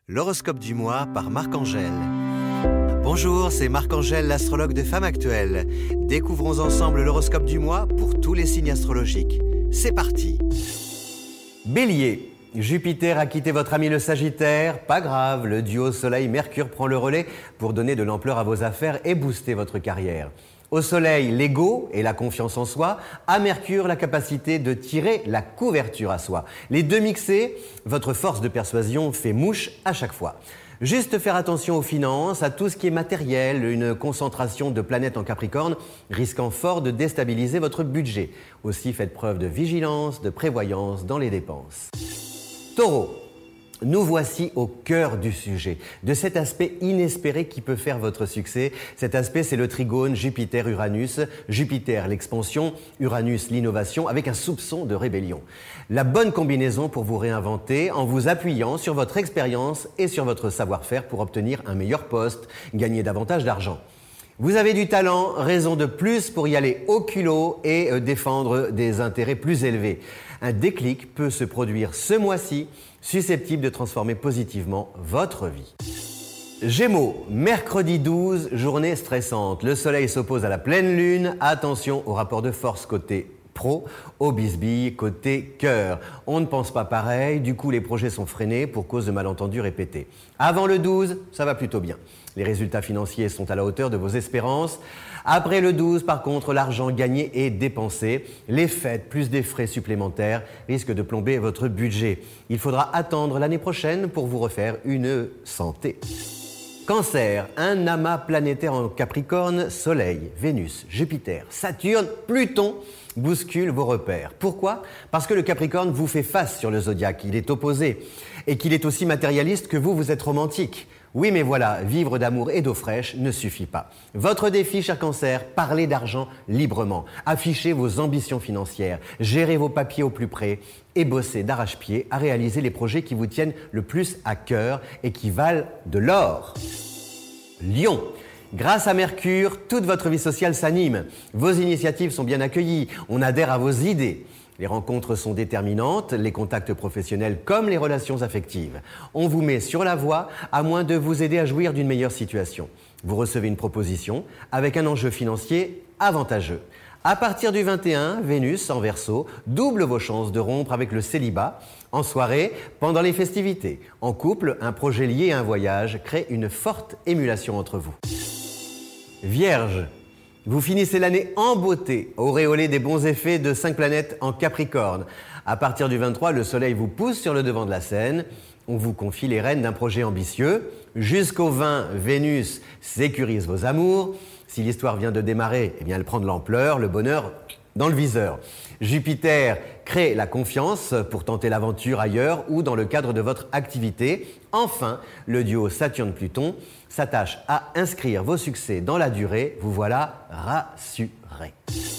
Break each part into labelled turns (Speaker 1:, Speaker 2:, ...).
Speaker 1: L'horoscope du mois par Marc-Angèle. Bonjour, c'est Marc-Angèle, l'astrologue de Femme Actuelle. Découvrons ensemble l'horoscope du mois pour tous les signes astrologiques. C'est parti. Bélier, Jupiter a quitté votre ami le Sagittaire. Pas grave, le duo Soleil-Mercure prend le relais pour donner de l'ampleur à vos affaires et booster votre carrière. Au Soleil, l'ego et la confiance en soi. À Mercure, la capacité de tirer la couverture à soi. Les deux mixés, votre force de persuasion fait mouche à chaque fois. Juste faire attention aux finances, à tout ce qui est matériel, une concentration de planètes en Capricorne risquant fort de déstabiliser votre budget. Aussi, faites preuve de vigilance, de prévoyance dans les dépenses. Taureau. Nous voici au cœur du sujet, de cet aspect inespéré qui peut faire votre succès. Cet aspect, c'est le trigone Jupiter-Uranus. Jupiter, l'expansion, Uranus, l'innovation, avec un soupçon de rébellion. La bonne combinaison pour vous réinventer en vous appuyant sur votre expérience et sur votre savoir-faire pour obtenir un meilleur poste, gagner davantage d'argent. Vous avez du talent, raison de plus pour y aller au culot et défendre des intérêts plus élevés. Un déclic peut se produire ce mois-ci, susceptible de transformer positivement votre vie. Gémeaux, mercredi 12, journée stressante. Le soleil s'oppose à la pleine lune. Attention au rapport de force côté pro, au bisbille côté cœur. On ne pense pas pareil, du coup les projets sont freinés pour cause de malentendus répétés. Avant le 12, ça va plutôt bien. Les résultats financiers sont à la hauteur de vos espérances. Après le 12, par contre, l'argent gagné et dépensé. Les fêtes plus des frais supplémentaires risquent de plomber votre budget. Il faudra attendre l'année prochaine pour vous refaire une santé. Cancer, un amas planétaire en Capricorne, Soleil, Vénus, Jupiter, Saturne, Pluton bouscule vos repères. Pourquoi ? Parce que le Capricorne vous fait face sur le zodiaque, il est opposé et qu'il est aussi matérialiste que vous êtes romantique. Oui, mais voilà, vivre d'amour et d'eau fraîche ne suffit pas. Votre défi, cher Cancer, parlez d'argent librement. Affichez vos ambitions financières, gérez vos papiers au plus près et bossez d'arrache-pied à réaliser les projets qui vous tiennent le plus à cœur et qui valent de l'or. Lion. Grâce à Mercure, toute votre vie sociale s'anime. Vos initiatives sont bien accueillies, on adhère à vos idées. Les rencontres sont déterminantes, les contacts professionnels comme les relations affectives. On vous met sur la voie à moins de vous aider à jouir d'une meilleure situation. Vous recevez une proposition avec un enjeu financier avantageux. À partir du 21, Vénus en Verseau double vos chances de rompre avec le célibat. En soirée, pendant les festivités. En couple, un projet lié à un voyage crée une forte émulation entre vous. Vierge. Vous finissez l'année en beauté, auréolé des bons effets de 5 planètes en Capricorne. À partir du 23, le soleil vous pousse sur le devant de la scène. On vous confie les rênes d'un projet ambitieux. Jusqu'au 20, Vénus sécurise vos amours. Si l'histoire vient de démarrer, eh bien elle prend de l'ampleur, le bonheur dans le viseur. Jupiter crée la confiance pour tenter l'aventure ailleurs ou dans le cadre de votre activité. Enfin, le duo Saturne-Pluton s'attache à inscrire vos succès dans la durée. Vous voilà rassuré.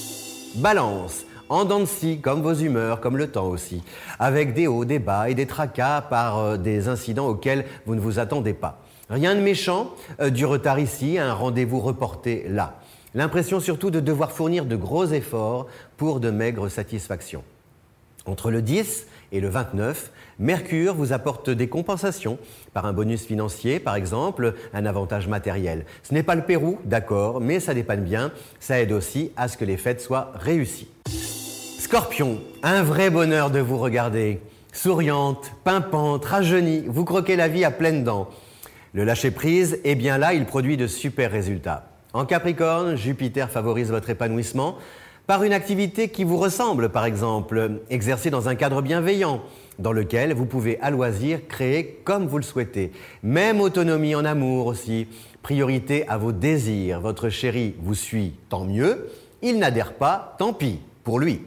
Speaker 1: Balance. En dents de scie, comme vos humeurs, comme le temps aussi, avec des hauts, des bas et des tracas par des incidents auxquels vous ne vous attendez pas. Rien de méchant, du retard ici, un rendez-vous reporté là. L'impression surtout de devoir fournir de gros efforts pour de maigres satisfactions. Entre le 10 et le 29, Mercure vous apporte des compensations par un bonus financier, par exemple, un avantage matériel. Ce n'est pas le Pérou, d'accord, mais ça dépanne bien. Ça aide aussi à ce que les fêtes soient réussies. Scorpion, un vrai bonheur de vous regarder. Souriante, pimpante, rajeunie, vous croquez la vie à pleines dents. Le lâcher-prise, eh bien là, il produit de super résultats. En Capricorne, Jupiter favorise votre épanouissement par une activité qui vous ressemble, par exemple, exercée dans un cadre bienveillant, dans lequel vous pouvez à loisir créer comme vous le souhaitez. Même autonomie en amour aussi. Priorité à vos désirs. Votre chéri vous suit, tant mieux. Il n'adhère pas, tant pis, pour lui.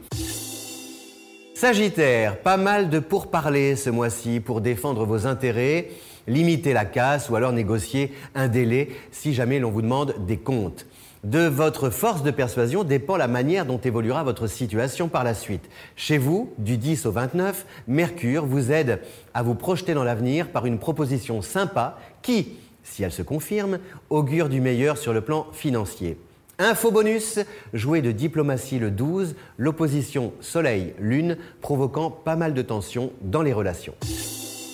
Speaker 1: Sagittaire, pas mal de pourparlers ce mois-ci pour défendre vos intérêts, limiter la casse ou alors négocier un délai si jamais l'on vous demande des comptes. De votre force de persuasion dépend la manière dont évoluera votre situation par la suite. Chez vous, du 10 au 29, Mercure vous aide à vous projeter dans l'avenir par une proposition sympa qui, si elle se confirme, augure du meilleur sur le plan financier. Info bonus, jouer de diplomatie le 12, l'opposition Soleil-Lune provoquant pas mal de tensions dans les relations.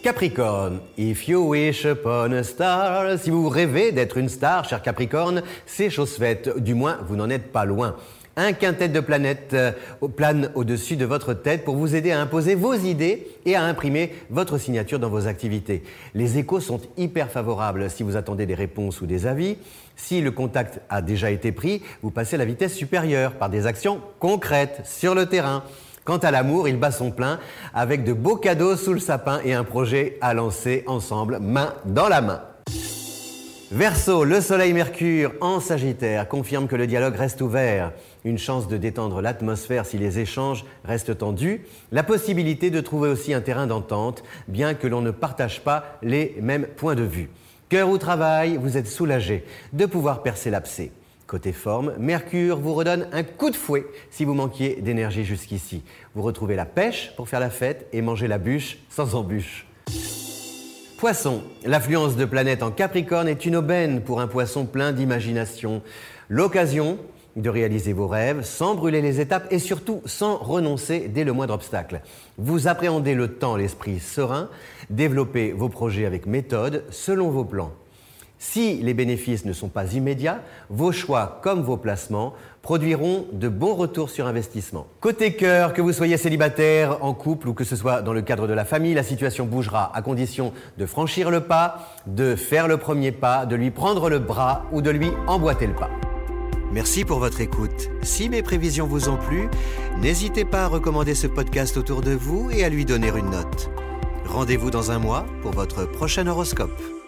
Speaker 1: Capricorne, if you wish upon a star. Si vous rêvez d'être une star, cher Capricorne, c'est chose faite. Du moins, vous n'en êtes pas loin. Un quintet de planètes plane au-dessus de votre tête pour vous aider à imposer vos idées et à imprimer votre signature dans vos activités. Les échos sont hyper favorables si vous attendez des réponses ou des avis. Si le contact a déjà été pris, vous passez à la vitesse supérieure par des actions concrètes sur le terrain. Quant à l'amour, il bat son plein avec de beaux cadeaux sous le sapin et un projet à lancer ensemble, main dans la main. Verseau, le soleil Mercure en Sagittaire confirme que le dialogue reste ouvert. Une chance de détendre l'atmosphère si les échanges restent tendus. La possibilité de trouver aussi un terrain d'entente, bien que l'on ne partage pas les mêmes points de vue. Cœur ou travail, vous êtes soulagé de pouvoir percer l'abcès. Côté forme, Mercure vous redonne un coup de fouet si vous manquiez d'énergie jusqu'ici. Vous retrouvez la pêche pour faire la fête et manger la bûche sans embûche. Poisson, l'affluence de planètes en Capricorne est une aubaine pour un poisson plein d'imagination. L'occasion de réaliser vos rêves sans brûler les étapes et surtout sans renoncer dès le moindre obstacle. Vous appréhendez le temps, l'esprit serein, développez vos projets avec méthode selon vos plans. Si les bénéfices ne sont pas immédiats, vos choix comme vos placements produiront de bons retours sur investissement. Côté cœur, que vous soyez célibataire, en couple ou que ce soit dans le cadre de la famille, la situation bougera à condition de franchir le pas, de faire le premier pas, de lui prendre le bras ou de lui emboîter le pas.
Speaker 2: Merci pour votre écoute. Si mes prévisions vous ont plu, n'hésitez pas à recommander ce podcast autour de vous et à lui donner une note. Rendez-vous dans un mois pour votre prochain horoscope.